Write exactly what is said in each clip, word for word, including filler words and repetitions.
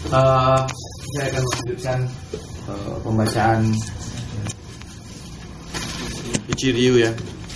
uh, saya akan melanjutkan uh, pembacaan Ichi-ryu ya.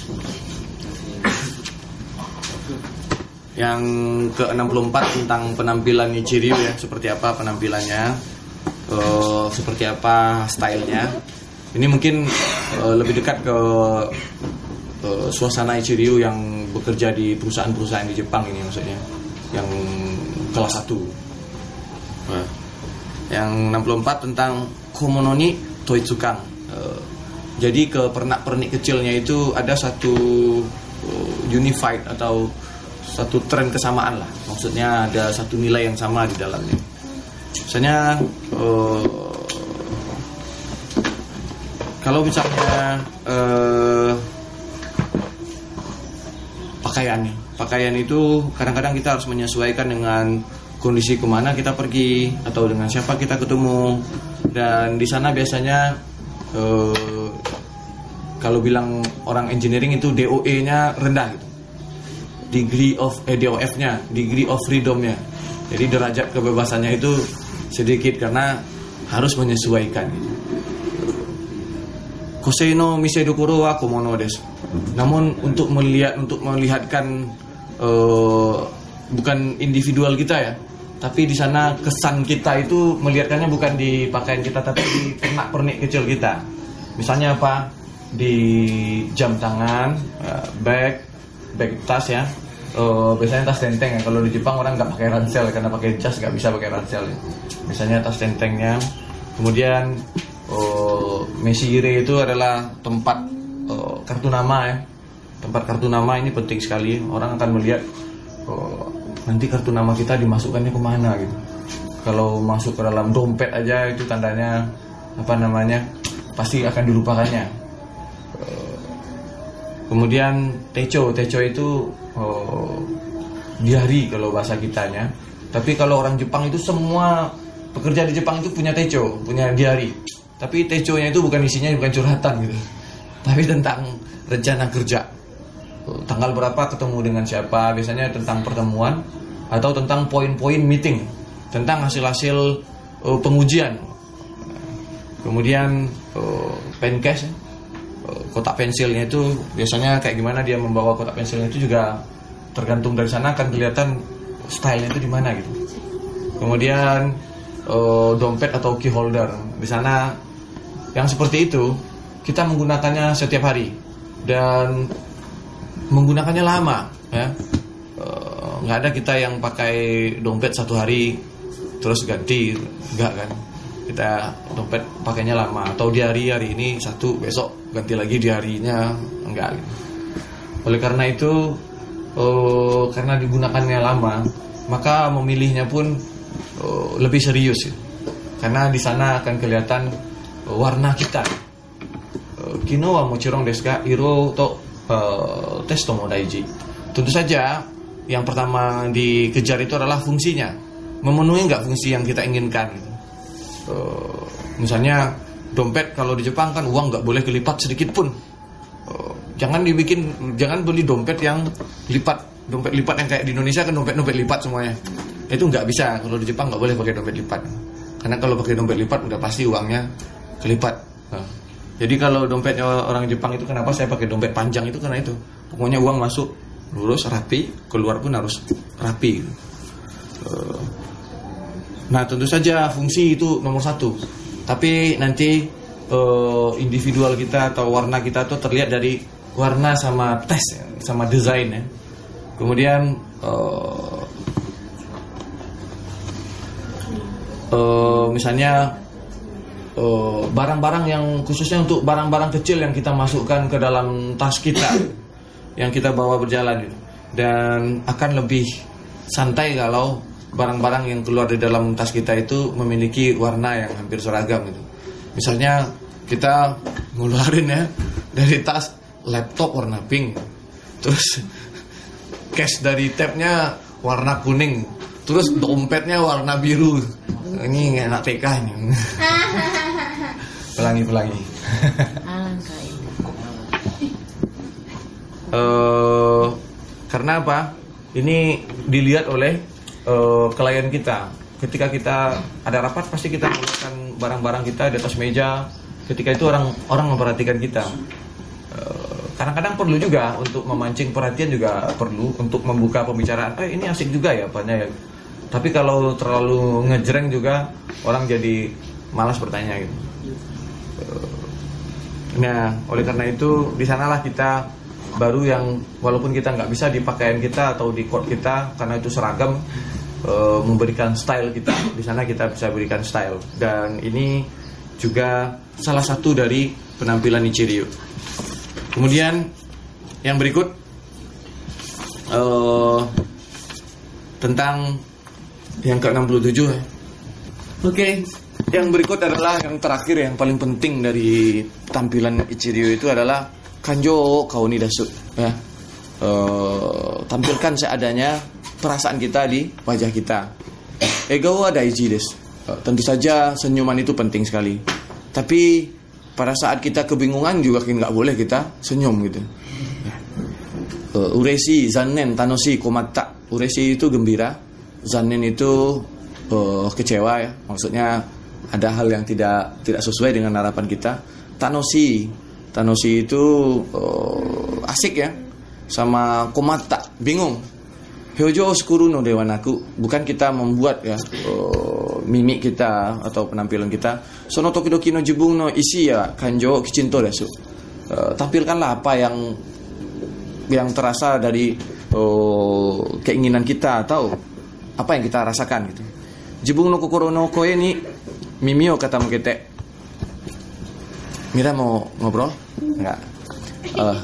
Yang ke enam puluh empat tentang penampilan Ichi-ryu ya, seperti apa penampilannya, uh, seperti apa stylenya. Ini mungkin uh, lebih dekat ke uh, suasana Ichi-ryu yang bekerja di perusahaan-perusahaan di Jepang ini maksudnya, yang kelas satu. Nah, yang enam puluh empat tentang Komono ni Toitsukang. Uh, jadi ke pernak-pernik kecilnya itu ada satu uh, unified atau satu tren kesamaan lah. Maksudnya ada satu nilai yang sama di dalamnya. Misalnya uh, kalau misalnya uh, pakaian nih, pakaian itu kadang-kadang kita harus menyesuaikan dengan kondisi kemana kita pergi atau dengan siapa kita ketemu. Dan di sana biasanya uh, kalau bilang orang engineering itu D O E-nya rendah gitu. Degree of eh, D O F-nya, degree of freedom-nya. Jadi derajat kebebasannya itu sedikit karena harus menyesuaikan. Kosei no misedokoro wa komono desu. Namun untuk melihat untuk melihatkan uh, bukan individual kita ya, tapi di sana kesan kita itu melihatkannya bukan di pakaian kita tapi di pernak-pernik kecil kita. Misalnya apa? Di jam tangan, uh, bag, bag tas ya. Uh, biasanya tas tenteng ya. Kalau di Jepang orang nggak pakai ransel karena pakai jas nggak bisa pakai ransel ya. Biasanya tas tentengnya. Kemudian uh, mesire itu adalah tempat uh, kartu nama ya. Tempat kartu nama ini penting sekali. Orang akan melihat uh, nanti kartu nama kita dimasukkannya kemana gitu. Kalau masuk ke dalam dompet aja itu tandanya apa namanya pasti akan dilupakannya. Kemudian techo, techo itu oh, diari kalau bahasa kitanya. Tapi kalau orang Jepang itu semua pekerja di Jepang itu punya techo, punya diari. Tapi techo-nya itu bukan isinya bukan curhatan gitu. Tapi tentang rencana kerja. Tanggal berapa ketemu dengan siapa, biasanya tentang pertemuan atau tentang poin-poin meeting, tentang hasil-hasil uh, pengujian. Kemudian uh, pen case ya. Kotak pensilnya itu biasanya kayak gimana dia membawa kotak pensilnya itu juga tergantung dari sana akan kelihatan stylenya itu di mana gitu. Kemudian uh, dompet atau key holder di sana yang seperti itu kita menggunakannya setiap hari dan menggunakannya lama ya. Uh, nggak ada kita yang pakai dompet satu hari terus ganti, enggak kan. Kita dompet pakainya lama atau di hari hari ini satu besok ganti lagi di harinya enggak gitu. Oleh karena itu uh, karena digunakannya lama maka memilihnya pun uh, lebih serius gitu. Karena di sana akan kelihatan uh, warna kita. Uh, Kino wa mochiron desu ga iro to uh, testo mo daiji. Tentu saja yang pertama dikejar itu adalah fungsinya. Memenuhi enggak fungsi yang kita inginkan gitu. Uh, misalnya dompet kalau di Jepang kan uang nggak boleh kelipat sedikit pun. Uh, jangan dibikin, jangan beli dompet yang lipat, dompet lipat yang kayak di Indonesia kan dompet-dompet lipat semuanya. Itu nggak bisa, kalau di Jepang nggak boleh pakai dompet lipat. Karena kalau pakai dompet lipat udah pasti uangnya kelipat. Uh, jadi kalau dompetnya orang Jepang itu kenapa saya pakai dompet panjang itu karena itu. Pokoknya uang masuk lurus rapi, keluar pun harus rapi. Uh, Nah tentu saja fungsi itu nomor satu. Tapi nanti uh, individual kita atau warna kita tuh terlihat dari warna sama tes ya, sama desain ya. Kemudian uh, uh, misalnya uh, barang-barang yang khususnya untuk barang-barang kecil yang kita masukkan ke dalam tas kita yang kita bawa berjalan gitu. Dan akan lebih santai kalau barang-barang yang keluar dari dalam tas kita itu memiliki warna yang hampir seragam gitu. Misalnya kita ngeluarin ya dari tas laptop warna pink, terus case dari tabnya warna kuning, terus dompetnya warna biru. Ini enak T K ini. Pelangi-pelangi. uh, karena apa? Ini dilihat oleh Uh, klien kita. ketika kita ada rapat pasti kita meletakkan barang-barang kita di atas meja. Ketika itu orang orang memperhatikan kita. Kadang-kadang perlu juga untuk memancing perhatian, juga perlu untuk membuka pembicaraan. Eh ini asik juga ya apanya ya. Tapi kalau terlalu ngejreng juga orang jadi malas bertanya gitu. Nah, oleh karena itu di sanalah kita baru yang walaupun kita nggak bisa di pakaian kita atau di coat kita karena itu seragam, e, memberikan style kita. Di sana kita bisa berikan style, dan ini juga salah satu dari penampilan Ichiryu. Kemudian yang berikut e, tentang yang ke enam puluh tujuh ya. Oke, okay. Yang berikut adalah yang terakhir, yang paling penting dari tampilan Ichiryu itu adalah kanjo kaoni dasu ya. E, tampilkan seadanya perasaan kita di wajah kita. Ego wa daiji desu. E, tentu saja senyuman itu penting sekali. Tapi pada saat kita kebingungan juga nggak boleh kita senyum gitu. E, ureshi, zannen, tanoshi, komatta. Ureshi itu gembira, zannen itu e, kecewa ya. Maksudnya ada hal yang tidak tidak sesuai dengan harapan kita. Tanoshi, tanoshi itu uh, asik ya. Sama komatta, bingung. Hyojo skuru no dewanaku, bukan kita membuat ya uh, mimik kita atau penampilan kita. Sono tokidoki no jibung no isi ya kanjo kichinto desu. Uh, tampilkanlah apa yang yang terasa dari uh, keinginan kita atau apa yang kita rasakan gitu. Jibung no kokoro no koe ni Mimi o kata mukete. Mira mau ngobrol? Enggak. Uh,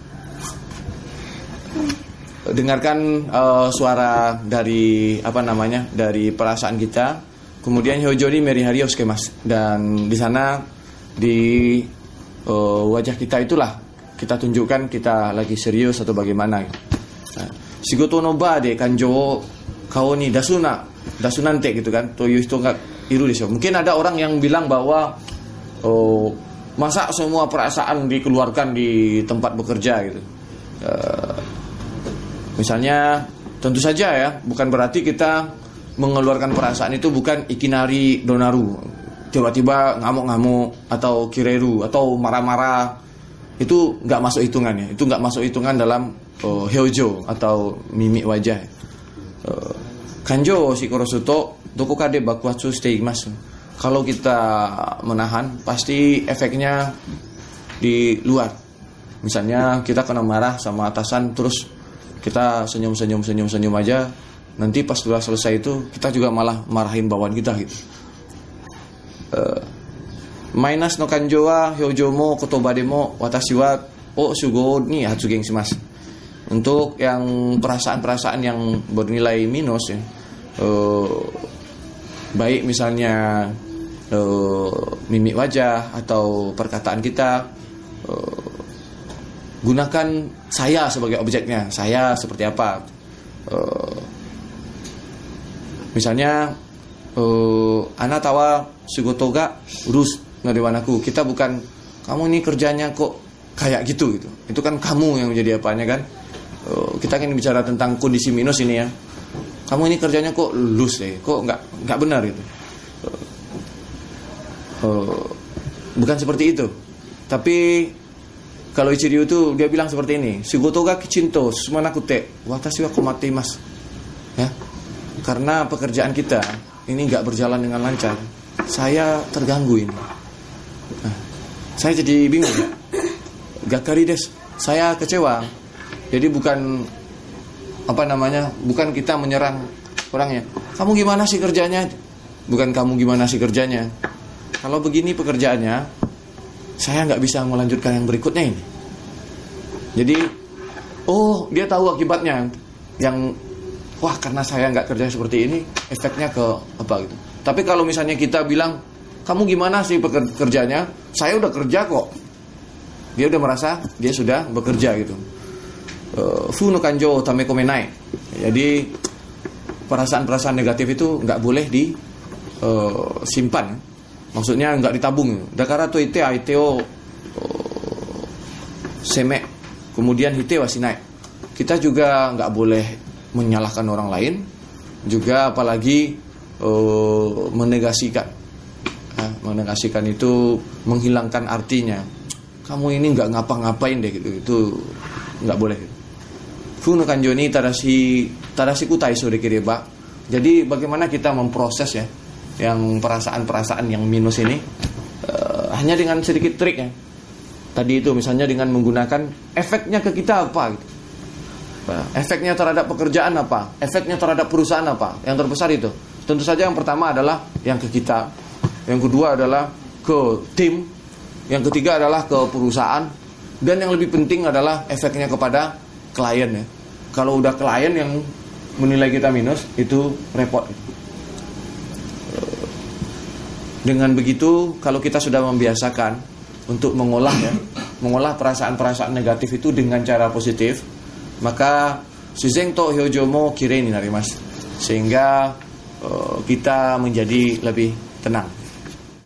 dengarkan uh, suara dari apa namanya? Dari perasaan kita. Kemudian Hyojori Merihari Oskemas, dan di sana di uh, wajah kita itulah kita tunjukkan kita lagi serius atau bagaimana. Nah, Shigoto no ba de kanjo kao ni dasuna, dasunante gitu kan. Toyo hito ga iru desu. Mungkin ada orang yang bilang bahwa oh, masa semua perasaan dikeluarkan di tempat bekerja gitu. Uh, misalnya tentu saja ya, bukan berarti kita mengeluarkan perasaan itu bukan ikinari donaru, tiba-tiba ngamuk-ngamuk atau kireru atau marah-marah. Itu nggak masuk hitungannya. Itu nggak masuk hitungan dalam uh, hyojo atau mimik wajah. Uh, kanjo shikorosuto doko kade bakuatsu shite ikimasu. Kalau kita menahan, pasti efeknya di luar. Misalnya kita kena marah sama atasan, terus kita senyum-senyum senyum-senyum aja. Nanti pas sudah selesai itu, kita juga malah marahin bawahan kita gitu. Uh, Minus no kanjo wa hyojo mo kotoba de mo watashi wa o shugo ni hatsugen shimasu. Untuk yang perasaan-perasaan yang bernilai minus ya, uh, baik misalnya uh, mimik wajah atau perkataan kita, uh, gunakan saya sebagai objeknya. Saya seperti apa? Uh, misalnya uh, ana tawa shigoto ga urus no dewanaku. Kita bukan kamu ini kerjanya kok kayak gitu gitu. Itu kan kamu yang menjadi apanya kan? Uh, kita kan bicara tentang kondisi minus ini ya. Kamu ini kerjanya kok lus deh, kok nggak nggak benar gitu. Uh, uh, bukan seperti itu. Tapi kalau Ichiryu itu dia bilang seperti ini, shigoto ga kichinto sumanakute watashi wa komatte imasu. Ya. Karena pekerjaan kita ini nggak berjalan dengan lancar, saya terganggu ini. Nah, saya jadi bingung ya. Gakari desu, saya kecewa. Jadi bukan apa namanya, bukan kita menyerang orangnya. Kamu gimana sih kerjanya? Bukan kamu gimana sih kerjanya. Kalau begini pekerjaannya, saya nggak bisa melanjutkan yang berikutnya ini. Jadi, oh dia tahu akibatnya. Yang wah karena saya nggak kerja seperti ini, efeknya ke apa gitu. Tapi kalau misalnya kita bilang, kamu gimana sih pekerjanya? Saya udah kerja kok. Dia udah merasa dia sudah bekerja gitu. Uh, fu no kanjo tamekomenai. Jadi perasaan-perasaan negatif itu nggak boleh disimpan. Uh, Maksudnya nggak ditabung. Dakara to ite aiteo uh, seme. Kemudian hite wasinai. Kita juga nggak boleh menyalahkan orang lain. Juga apalagi uh, menegasikan. Uh, menegasikan itu menghilangkan artinya. Kamu ini nggak ngapa-ngapain deh gitu, itu nggak boleh. Funo kanjoni tadasi tadasi kutai sore kireba. Jadi bagaimana kita memproses ya, yang perasaan-perasaan yang minus ini uh, hanya dengan sedikit trik ya. Tadi itu misalnya dengan menggunakan efeknya ke kita apa gitu. Efeknya terhadap pekerjaan apa? Efeknya terhadap perusahaan apa? Yang terbesar itu. Tentu saja yang pertama adalah yang ke kita. Yang kedua adalah ke tim. Yang ketiga adalah ke perusahaan. Dan yang lebih penting adalah efeknya kepada klien ya. Kalau udah klien yang menilai kita minus, itu repot. Dengan begitu, kalau kita sudah membiasakan untuk mengolah ya, mengolah perasaan-perasaan negatif itu dengan cara positif, maka Shizeng to hyojomo kirei ni narimasu, sehingga uh, kita menjadi lebih tenang.